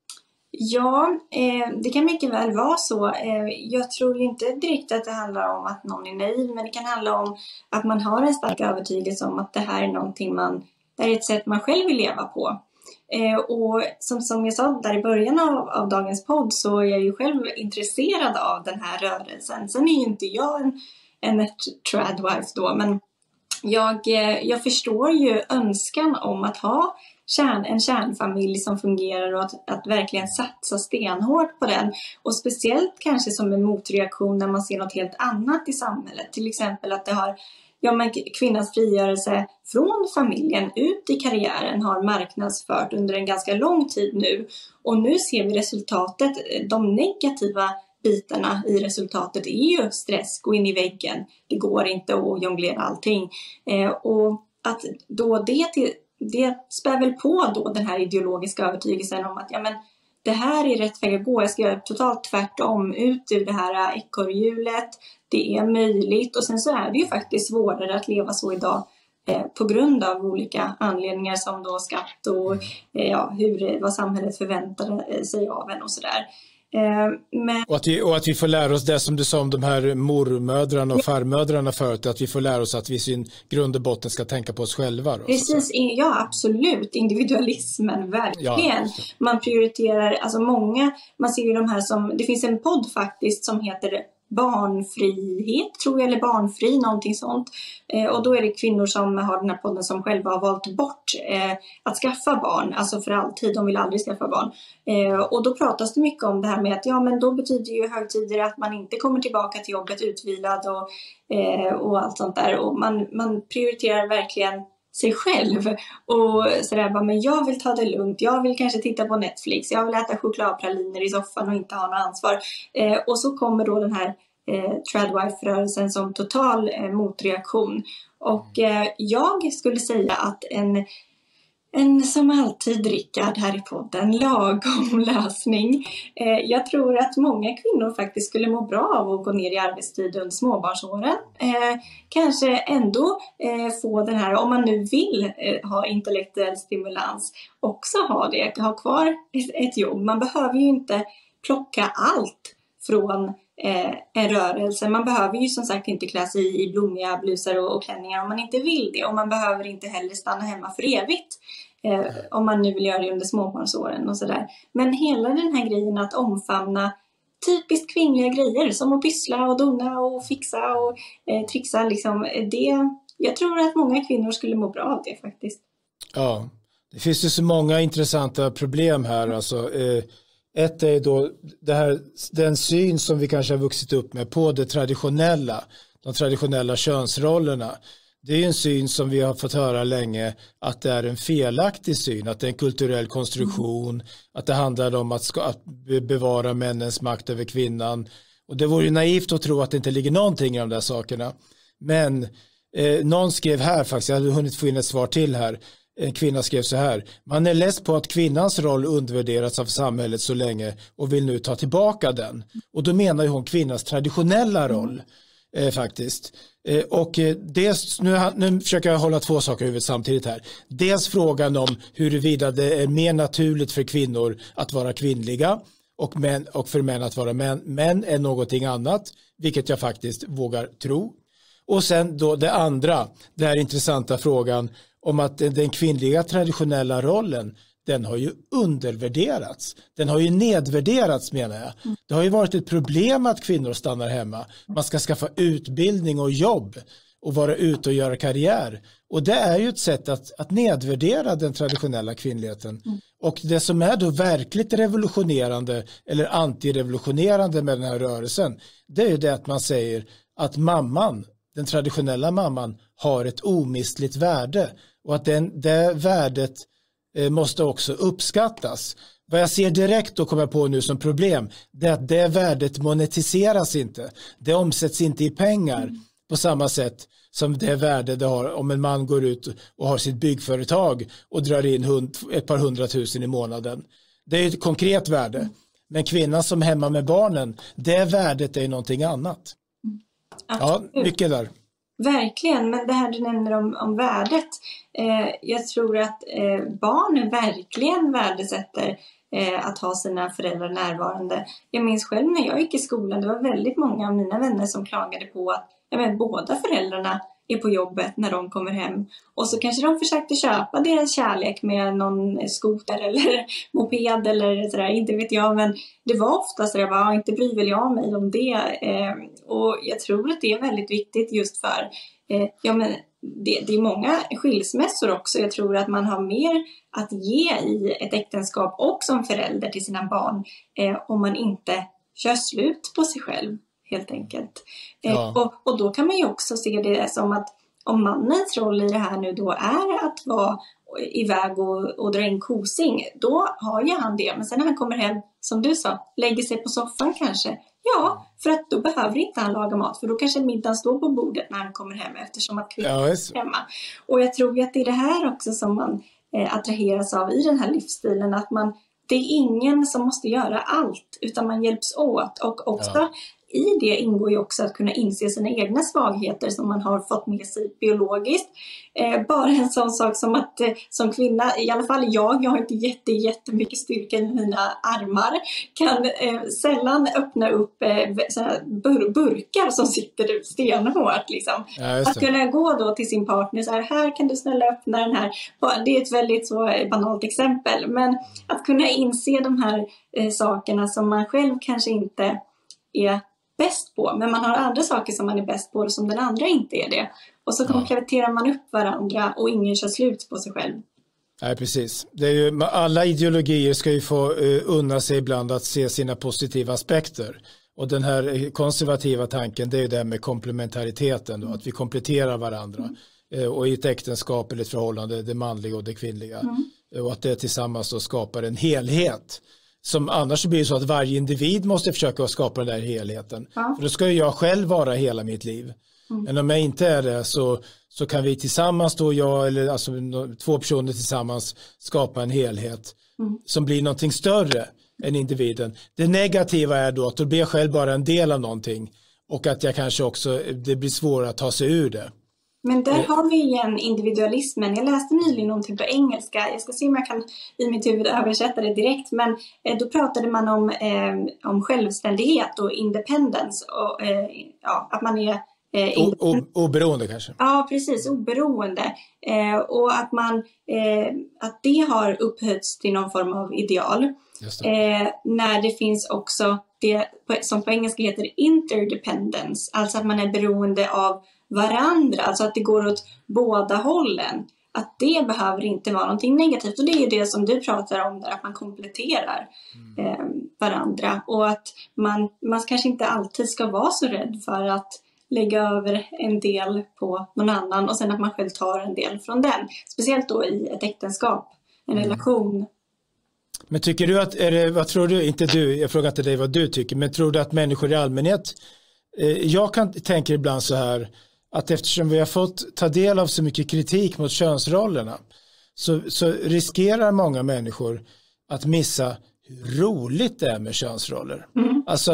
Ja, det kan mycket väl vara så. Jag tror inte direkt att det handlar om att någon är naiv, men det kan handla om att man har en stark övertygelse om att det här är någonting det är ett sätt man själv vill leva på. Och som jag sa där i början av dagens podd, så är jag ju själv intresserad av den här rörelsen. Sen är ju inte jag en tradwife då, men jag förstår ju önskan om att ha en kärnfamilj som fungerar och att verkligen satsa stenhårt på den. Och speciellt kanske som en motreaktion när man ser något helt annat i samhället. Till exempel att det har kvinnans frigörelse från familjen ut i karriären har marknadsfört under en ganska lång tid nu. Och nu ser vi resultatet. De negativa bitarna i resultatet är ju stress, gå in i väggen. Det går inte att jonglera allting. Och att då det spär väl på då den här ideologiska övertygelsen om att det här är rätt väg att gå. Jag ska göra totalt tvärtom, ut ur det här ekorrhjulet. Det är möjligt, och sen så är det ju faktiskt svårare att leva så idag på grund av olika anledningar som då skatt och vad samhället förväntar sig av en och sådär. Och att vi får lära oss det som du sa om de här mormödrarna och farmödrarna förut, att vi får lära oss att vi i sin grund och botten ska tänka på oss själva. Då, precis, ja absolut, individualismen, verkligen. Ja. Man prioriterar, alltså många, man ser ju de här som, det finns en podd faktiskt som heter barnfrihet, tror jag, eller barnfri, någonting sånt. Och då är det kvinnor som har den här podden som själva har valt bort att skaffa barn, alltså för alltid, de vill aldrig skaffa barn. Och då pratas det mycket om det här med att men då betyder ju högtider att man inte kommer tillbaka till jobbet utvilad och allt sånt där. Och man prioriterar verkligen sig själv och sådär, men jag vill ta det lugnt, jag vill kanske titta på Netflix, jag vill äta chokladpraliner i soffan och inte ha något ansvar. Och så kommer då den här tradwife-rörelsen som total motreaktion. Och jag skulle säga att en som alltid Rickard här i podden, lagom lösning. Jag tror att många kvinnor faktiskt skulle må bra av att gå ner i arbetstid under småbarnsåren. Kanske ändå få den här, om man nu vill ha intellektuell stimulans, också ha kvar ett jobb. Man behöver ju inte plocka allt från en rörelse. Man behöver ju som sagt inte klä sig i blommiga blusar och klänningar om man inte vill det. Och man behöver inte heller stanna hemma för evigt. Om man nu vill göra det under småbarnsåren och sådär. Men hela den här grejen att omfamna typiskt kvinnliga grejer som att pyssla och dona och fixa och trixa liksom, jag tror att många kvinnor skulle må bra av det faktiskt. Ja, det finns ju så många intressanta problem här. Alltså, ett är då den syn som vi kanske har vuxit upp med på de traditionella könsrollerna. Det är en syn som vi har fått höra länge att det är en felaktig syn, att det är en kulturell konstruktion, att det handlar om att bevara männens makt över kvinnan. Och det vore ju naivt att tro att det inte ligger någonting i de där sakerna. Men någon skrev här faktiskt, jag hade hunnit få in ett svar till här. En kvinna skrev så här: man är less på att kvinnans roll undervärderats av samhället så länge och vill nu ta tillbaka den. Och då menar ju hon kvinnans traditionella roll faktiskt. Och nu försöker jag hålla två saker i huvudet samtidigt här. Dels frågan om huruvida det är mer naturligt för kvinnor att vara kvinnliga och för män att vara män är någonting annat, vilket jag faktiskt vågar tro. Och sen då det andra, den här intressanta frågan om att den kvinnliga traditionella rollen, den har ju undervärderats. Den har ju nedvärderats, menar jag. Det har ju varit ett problem att kvinnor stannar hemma. Man ska skaffa utbildning och jobb och vara ute och göra karriär. Och det är ju ett sätt att nedvärdera den traditionella kvinnligheten. Och det som är då verkligt revolutionerande eller antirevolutionerande med den här rörelsen, det är ju det att man säger att mamman, den traditionella mamman, har ett omistligt värde och att det värdet måste också uppskattas. Vad jag ser direkt och kommer på nu som problem, det är att det värdet monetiseras inte. Det omsätts inte i pengar på samma sätt som det värde det har om en man går ut och har sitt byggföretag och drar in ett par 100 000 i månaden. Det är ett konkret värde. Men kvinnan som är hemma med barnen, det värdet är någonting annat. Ja, mycket där. Verkligen, men det här du nämner om värdet. Jag tror att barn verkligen värdesätter att ha sina föräldrar närvarande. Jag minns själv när jag gick i skolan, det var väldigt många av mina vänner som klagade på att båda föräldrarna är på jobbet när de kommer hem. Och så kanske de försökte köpa deras kärlek med någon skoter eller moped eller sådär, inte vet jag. Men det var ofta så jag inte bryr väl jag mig om det. Och jag tror att det är väldigt viktigt just för, det är många skilsmässor också. Jag tror att man har mer att ge i ett äktenskap och som förälder till sina barn om man inte kör slut på sig själv. Helt enkelt. Ja. Och då kan man ju också se det som att om mannens roll i det här nu då är att vara iväg och dra in kosing, då har ju han det. Men sen när han kommer hem, som du sa, lägger sig på soffan kanske. Ja, för att då behöver inte han laga mat. För då kanske middagen står på bordet när han kommer hem eftersom att kvinnan är hemma. Och jag tror att det är det här också som man attraheras av i den här livsstilen. Att det är ingen som måste göra allt utan man hjälps åt. Och också i det ingår ju också att kunna inse sina egna svagheter som man har fått med sig biologiskt. Bara en sån sak som att som kvinna, i alla fall jag har inte jättemycket styrka i mina armar. Kan sällan öppna upp burkar som sitter stenhårt. Liksom. Ja, att kunna gå då till sin partner så här kan du snälla öppna den här. Det är ett väldigt så banalt exempel. Men att kunna inse de här sakerna som man själv kanske inte är bäst på. Men man har andra saker som man är bäst på och som den andra inte är det. Och så kompletterar man upp varandra och ingen kör slut på sig själv. Nej, precis. Det är ju, alla ideologier ska ju få unna sig ibland att se sina positiva aspekter. Och den här konservativa tanken, det är ju det här med komplementariteten då, att vi kompletterar varandra. Och i ett äktenskap eller ett förhållande, det manliga och det kvinnliga. Och att det tillsammans då skapar en helhet. Som annars blir det så att varje individ måste försöka skapa den där helheten. För då ska ju jag själv vara hela mitt liv. Men om jag inte är det så kan vi tillsammans då, jag eller alltså två personer tillsammans skapa en helhet som blir någonting större än individen. Det negativa är då att då blir jag själv bara en del av någonting och att jag kanske också, det blir svårare att ta sig ur det. Men där har vi igen individualismen. Jag läste nyligen någonting på engelska. Jag ska se om jag kan i mitt huvud översätta det direkt. Men då pratade man om självständighet och independence. Och, att man är oberoende kanske. Ja, precis. Oberoende. Och att att det har upphöjts till någon form av ideal. När det finns också det som på engelska heter interdependence. Alltså att man är beroende av varandra. Alltså att det går åt båda hållen. Att det behöver inte vara någonting negativt. Och det är det som du pratar om där. Att man kompletterar varandra. Och att man kanske inte alltid ska vara så rädd för att lägga över en del på någon annan. Och sen att man själv tar en del från den. Speciellt då i ett äktenskap. En relation. Men tycker du att, vad tror du, inte du, jag frågar inte dig vad du tycker. Men tror du att människor i allmänhet, jag tänker ibland så här. Att eftersom vi har fått ta del av så mycket kritik mot könsrollerna så riskerar många människor att missa hur roligt det är med könsroller. Alltså,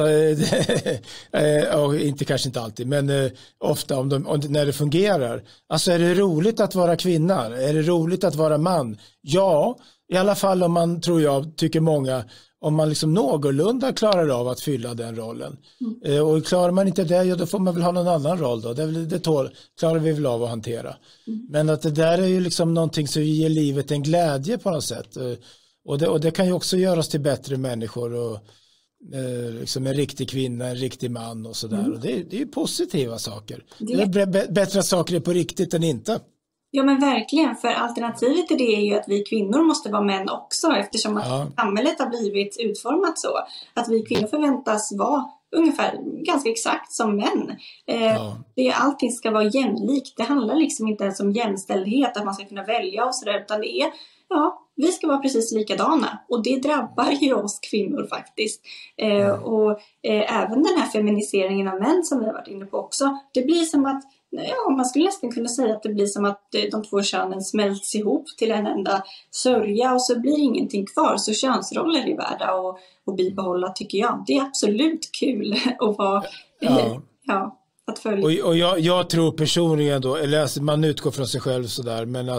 inte kanske inte alltid, men ofta när det fungerar. Alltså är det roligt att vara kvinna? Är det roligt att vara man? Ja, i alla fall om man, tror jag, tycker många, om man liksom någorlunda klarar av att fylla den rollen. Och klarar man inte det, då får man väl ha någon annan roll då. Det klarar vi väl av att hantera. Men att det där är ju liksom någonting som ger livet en glädje på något sätt. Och det kan ju också göra oss till bättre människor och liksom en riktig kvinna, en riktig man och sådär. Och det är ju positiva saker. Det är bättre saker är på riktigt än inte. Ja, men verkligen, för alternativet till det är ju att vi kvinnor måste vara män också, eftersom att samhället har blivit utformat så att vi kvinnor förväntas vara ungefär ganska exakt som män. Allting ska vara jämlikt. Det handlar liksom inte ens om jämställdhet, att man ska kunna välja och sådär, utan det är, vi ska vara precis likadana, och det drabbar ju oss kvinnor faktiskt. Och även den här feminiseringen av män som vi har varit inne på också, det blir som att man skulle nästan kunna säga att det blir som att de två könen smälts ihop till en enda sörja, och så blir ingenting kvar. Så könsroller är värda och bibehålla, tycker jag. Det är absolut kul att vara att följa. Och jag tror personligen då, eller alltså man utgår från sig själv sådär, men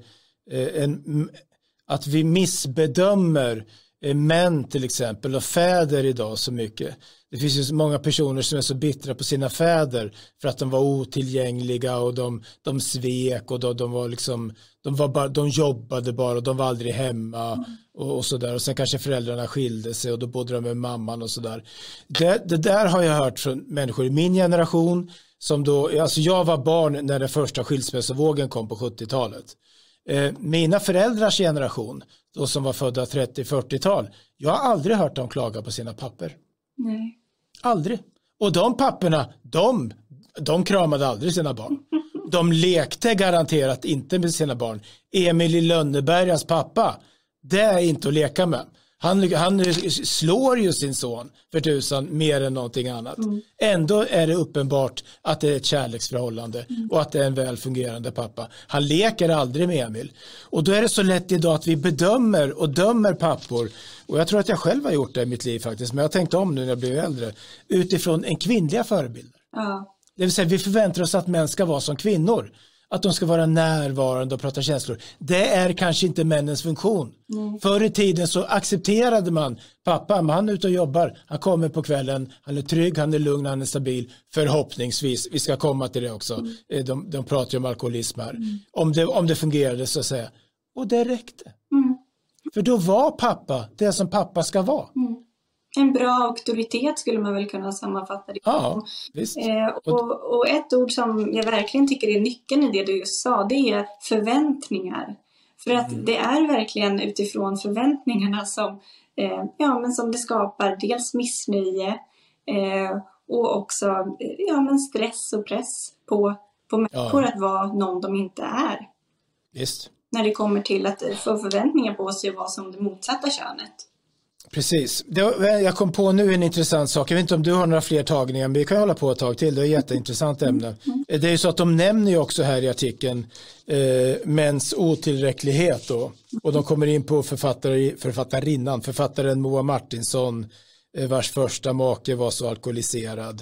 att vi missbedömer män till exempel och fäder idag så mycket. Det finns ju så många personer som är så bittra på sina fäder för att de var otillgängliga och de svek och de var liksom, de jobbade bara och de var aldrig hemma och sådär. Och sen kanske föräldrarna skilde sig och då bodde de med mamman och sådär. Det där har jag hört från människor i min generation som då, alltså jag var barn när den första skilsmässovågen kom på 70-talet. Mina föräldrars generation, då som var födda 30-40-tal, jag har aldrig hört dem klaga på sina papper. Nej. Aldrig. Och de papperna, de kramade aldrig sina barn. De lekte garanterat inte med sina barn. Emil i Lönnebergas pappa, det är inte att leka med. Han slår ju sin son för tusan mer än någonting annat. Ändå är det uppenbart att det är ett kärleksförhållande och att det är en väl fungerande pappa. Han leker aldrig med Emil. Och då är det så lätt idag att vi bedömer och dömer pappor. Och jag tror att jag själv har gjort det i mitt liv faktiskt. Men jag tänkte om nu när jag blev äldre. Utifrån en kvinnliga förebilder. Det vill säga vi förväntar oss att män ska vara som kvinnor. Att de ska vara närvarande och prata känslor. Det är kanske inte männens funktion. Förr i tiden så accepterade man pappa, men han är ute och jobbar. Han kommer på kvällen, han är trygg, han är lugn, han är stabil. Förhoppningsvis, vi ska komma till det också. De pratar ju om alkoholism här. Om det fungerade så att säga. Och det räckte. För då var pappa det som pappa ska vara. En bra auktoritet skulle man väl kunna sammanfatta det. Ja, visst. Och ett ord som jag verkligen tycker är nyckeln i det du just sa, det är förväntningar. För att det är verkligen utifrån förväntningarna som, men som det skapar dels missnöje och också stress och press på människor att vara någon de inte är. Visst. När det kommer till att få förväntningar på sig och vara som det motsatta könet. Precis. Jag kom på nu en intressant sak. Jag vet inte om du har några fler tagningar, men vi kan hålla på ett tag till. Det är ett jätteintressant ämne. Det är ju så att de nämner ju också här i artikeln mäns otillräcklighet då. Och de kommer in på författaren Moa Martinson, vars första make var så alkoholiserad.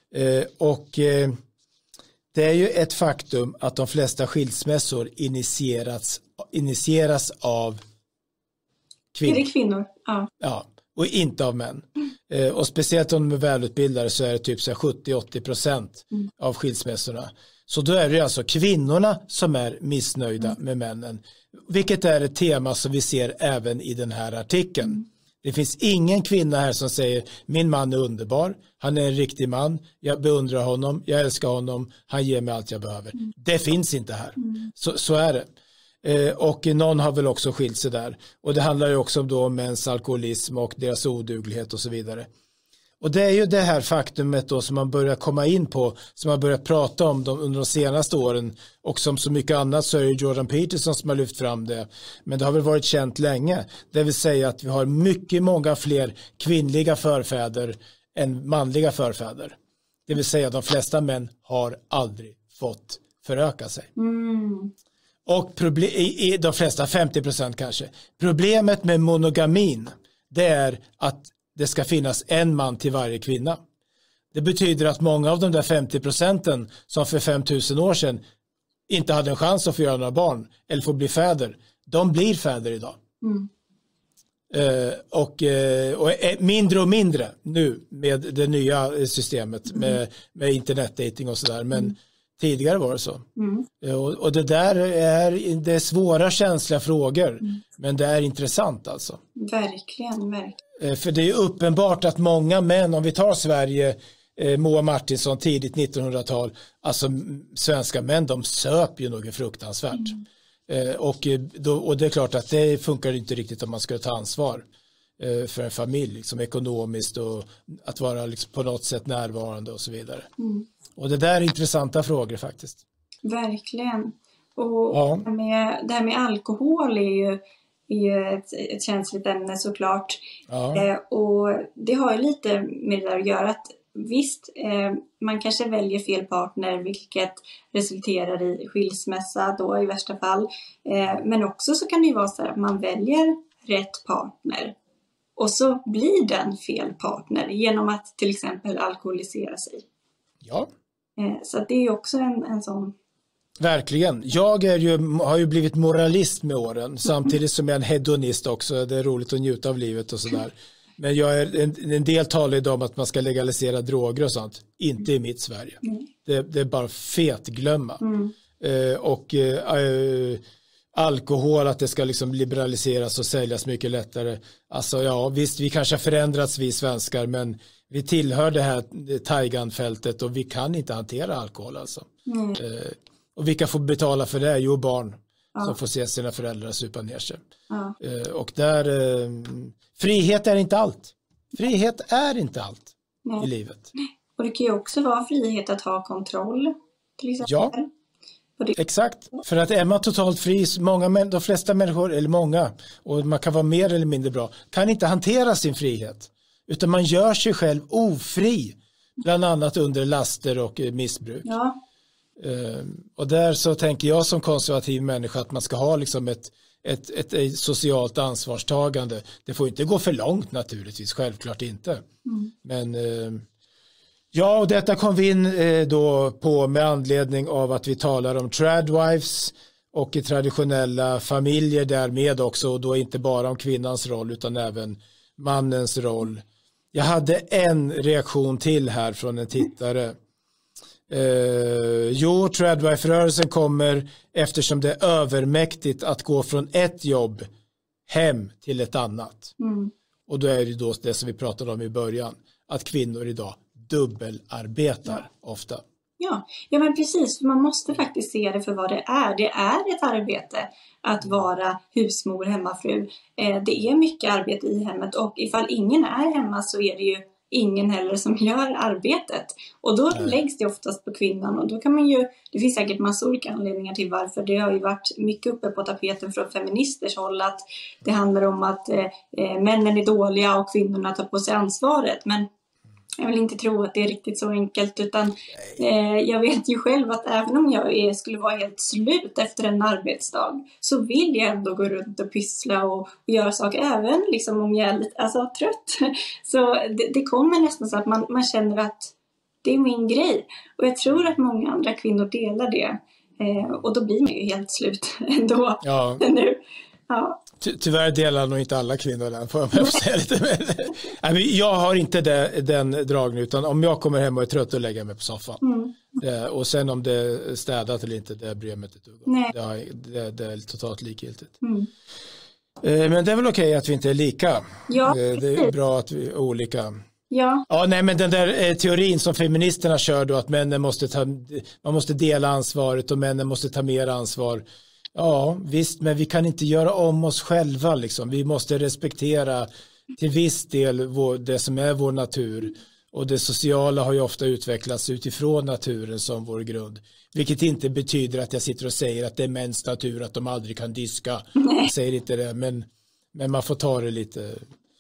Det är ju ett faktum att de flesta skilsmässor initieras av kvinnor. Är det kvinnor? Ja, och inte av män. Och speciellt om de är välutbildade så är det typ 70-80% av skilsmässorna. Så då är det alltså kvinnorna som är missnöjda med männen. Vilket är ett tema som vi ser även i den här artikeln. Det finns ingen kvinna här som säger min man är underbar, han är en riktig man, jag beundrar honom, jag älskar honom, han ger mig allt jag behöver. Det finns inte här. Så är det. Och någon har väl också skilt sig där. Och det handlar ju också om mäns alkoholism och deras oduglighet och så vidare. Och det är ju det här faktumet då som man börjar komma in på, som man börjar prata om under de senaste åren, och som så mycket annat så är det Jordan Peterson som har lyft fram det. Men det har väl varit känt länge. Det vill säga att vi har många fler kvinnliga förfäder än manliga förfäder. Det vill säga att de flesta män har aldrig fått föröka sig. Och i de flesta 50% kanske. Problemet med monogamin, det är att det ska finnas en man till varje kvinna. Det betyder att många av de där 50% som för 5000 år sedan inte hade en chans att få göra några barn eller få bli fäder, de blir fäder idag. Och mindre och mindre nu med det nya systemet med internetdating och sådär. Men tidigare var det så. Och det där det är svåra känsliga frågor. Men det är intressant alltså. Verkligen. För det är uppenbart att många män, om vi tar Sverige, Moa Martinson tidigt 1900-tal, alltså svenska män, de söp ju något fruktansvärt. Och det är klart att det funkar inte riktigt om man ska ta ansvar för en familj, liksom ekonomiskt, och att vara liksom på något sätt närvarande och så vidare. Och det där är intressanta frågor faktiskt. Verkligen. Och det här med alkohol är ju ett känsligt ämne såklart. Och det har ju lite med det där att göra att visst, man kanske väljer fel partner, vilket resulterar i skilsmässa då i värsta fall. Men också så kan det ju vara så att man väljer rätt partner och så blir den fel partner genom att till exempel alkoholisera sig. Ja. Så det är ju också en sån... Verkligen. Jag har ju blivit moralist med åren, samtidigt som jag är en hedonist också. Det är roligt att njuta av livet och sådär. Men jag är en del talar idag om att man ska legalisera droger och sånt. Inte i mitt Sverige. Det är bara fetglömma. Alkohol, att det ska liksom liberaliseras och säljas mycket lättare. Alltså ja, visst, vi kanske har förändrats, vi svenskar, men vi tillhör det här Taigan-fältet och vi kan inte hantera alkohol alltså. Och vilka får betala för det? Jo, barn som får se sina föräldrar supa ner sig. Och frihet är inte allt. Frihet är inte allt i livet. Och det kan ju också vara frihet att ha kontroll, till exempel. Ja, exakt. För att är man totalt fri, de flesta människor, eller många, och man kan vara mer eller mindre bra, kan inte hantera sin frihet. Utan man gör sig själv ofri, bland annat under laster och missbruk. Och där så tänker jag som konservativ människa att man ska ha liksom ett socialt ansvarstagande. Det får inte gå för långt naturligtvis, självklart inte. Men och detta kom vi in då på med anledning av att vi talar om tradwives och i traditionella familjer därmed också, och då inte bara om kvinnans roll utan även mannens roll. Jag hade en reaktion till här från en tittare. Tradwife-rörelsen kommer eftersom det är övermäktigt att gå från ett jobb hem till ett annat. Och då är det då det som vi pratade om i början, att kvinnor idag dubbelarbetar ofta. Ja, men precis. Man måste faktiskt se det för vad det är. Det är ett arbete att vara husmor, hemmafru. Det är mycket arbete i hemmet, och ifall ingen är hemma så är det ju ingen heller som gör arbetet. Och då läggs det oftast på kvinnan, och då kan man ju, det finns säkert massor olika anledningar till varför. Det har ju varit mycket uppe på tapeten från feministers håll att det handlar om att männen är dåliga och kvinnorna tar på sig ansvaret. Men jag vill inte tro att det är riktigt så enkelt, utan jag vet ju själv att även om jag skulle vara helt slut efter en arbetsdag, så vill jag ändå gå runt och pyssla och göra saker, även liksom om jag är lite trött. Så det kommer nästan så att man känner att det är min grej. Och jag tror att många andra kvinnor delar det. Och då blir man ju helt slut ändå. Ja. Nu. Ja. Tyvärr delar nog inte alla kvinnor den, får jag säga lite mer. Jag har inte den dragningen, utan om jag kommer hem och är trött och lägger mig på soffan. Och sen om det är städat eller inte, det bryr jag mig inte om. Det är totalt likgiltigt. Men det är väl okej att vi inte är lika. Ja, det är bra att vi är olika. Ja. Ja, nej, men den där teorin som feministerna kör då, att männen man måste dela ansvaret och männen måste ta mer ansvar. Ja, visst, men vi kan inte göra om oss själva liksom. Vi måste respektera till viss del det som är vår natur, och det sociala har ju ofta utvecklats utifrån naturen som vår grund, vilket inte betyder att jag sitter och säger att det är mäns natur att de aldrig kan diska. Jag säger inte det, men man får ta det lite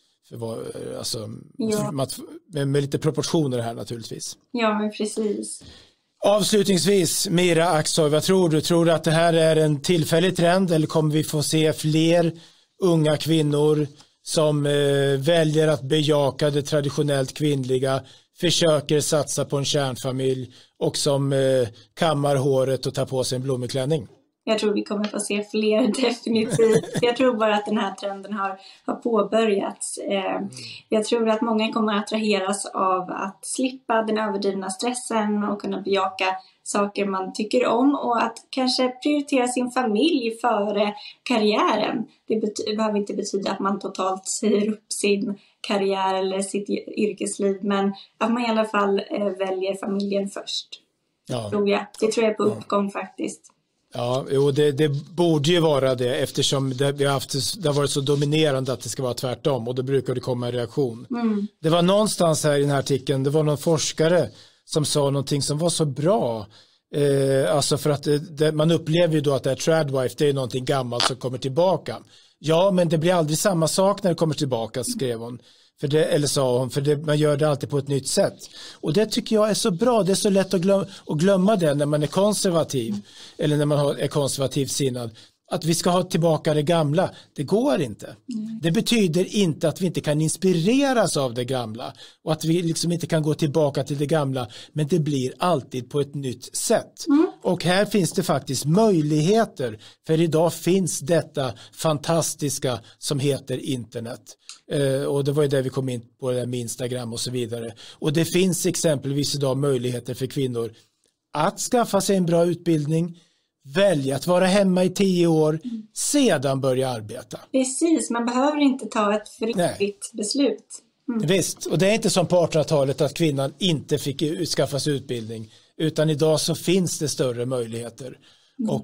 med lite proportioner här naturligtvis. Ja, men precis. Avslutningsvis, Mira Aksoy, vad tror du? Tror du att det här är en tillfällig trend, eller kommer vi få se fler unga kvinnor som väljer att bejaka det traditionellt kvinnliga, försöker satsa på en kärnfamilj och som kammar håret och tar på sig en blommig klänning? Jag tror vi kommer få se fler, definitivt. Jag tror bara att den här trenden har påbörjats. Jag tror att många kommer att attraheras av att slippa den överdrivna stressen och kunna bejaka saker man tycker om, och att kanske prioritera sin familj före karriären. Det behöver inte betyda att man totalt säger upp sin karriär eller sitt yrkesliv, men att man i alla fall väljer familjen först. Ja. Det tror jag är på uppgång faktiskt. Ja, det borde ju vara det, eftersom det har varit så dominerande att det ska vara tvärtom, och då brukar det komma en reaktion. Det var någonstans här i den här artikeln, det var någon forskare som sa någonting som var så bra, alltså för att man upplever ju då att det här tradwife, det är någonting gammalt som kommer tillbaka. Ja, men det blir aldrig samma sak när det kommer tillbaka, skrev hon. Sa hon, man gör det alltid på ett nytt sätt. Och det tycker jag är så bra. Det är så lätt att glömma det när man är konservativ, eller när man är konservativt sinnad. Att vi ska ha tillbaka det gamla. Det går inte. Det betyder inte att vi inte kan inspireras av det gamla, och att vi liksom inte kan gå tillbaka till det gamla, men det blir alltid på ett nytt sätt. Och här finns det faktiskt möjligheter, för idag finns detta fantastiska som heter internet. Och det var ju där vi kom in på det med Instagram och så vidare. Och det finns exempelvis idag möjligheter för kvinnor att skaffa sig en bra utbildning, välja att vara hemma i 10 år, sedan börja arbeta. Precis, man behöver inte ta ett fritt beslut. Visst, och det är inte som på 1800-talet att kvinnan inte fick skaffa sig utbildning, utan idag så finns det större möjligheter. Och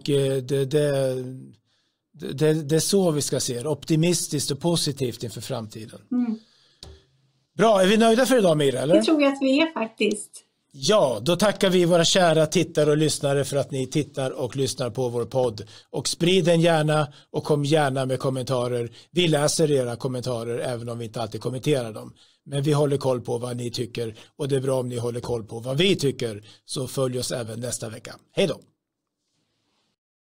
det är så vi ska se det, optimistiskt och positivt inför framtiden. Bra, är vi nöjda för idag, Mira? Eller? Det tror jag att vi är faktiskt. Ja, då tackar vi våra kära tittare och lyssnare för att ni tittar och lyssnar på vår podd. Och sprid den gärna, och kom gärna med kommentarer. Vi läser era kommentarer även om vi inte alltid kommenterar dem. Men vi håller koll på vad ni tycker, och det är bra om ni håller koll på vad vi tycker. Så följ oss även nästa vecka. Hej då!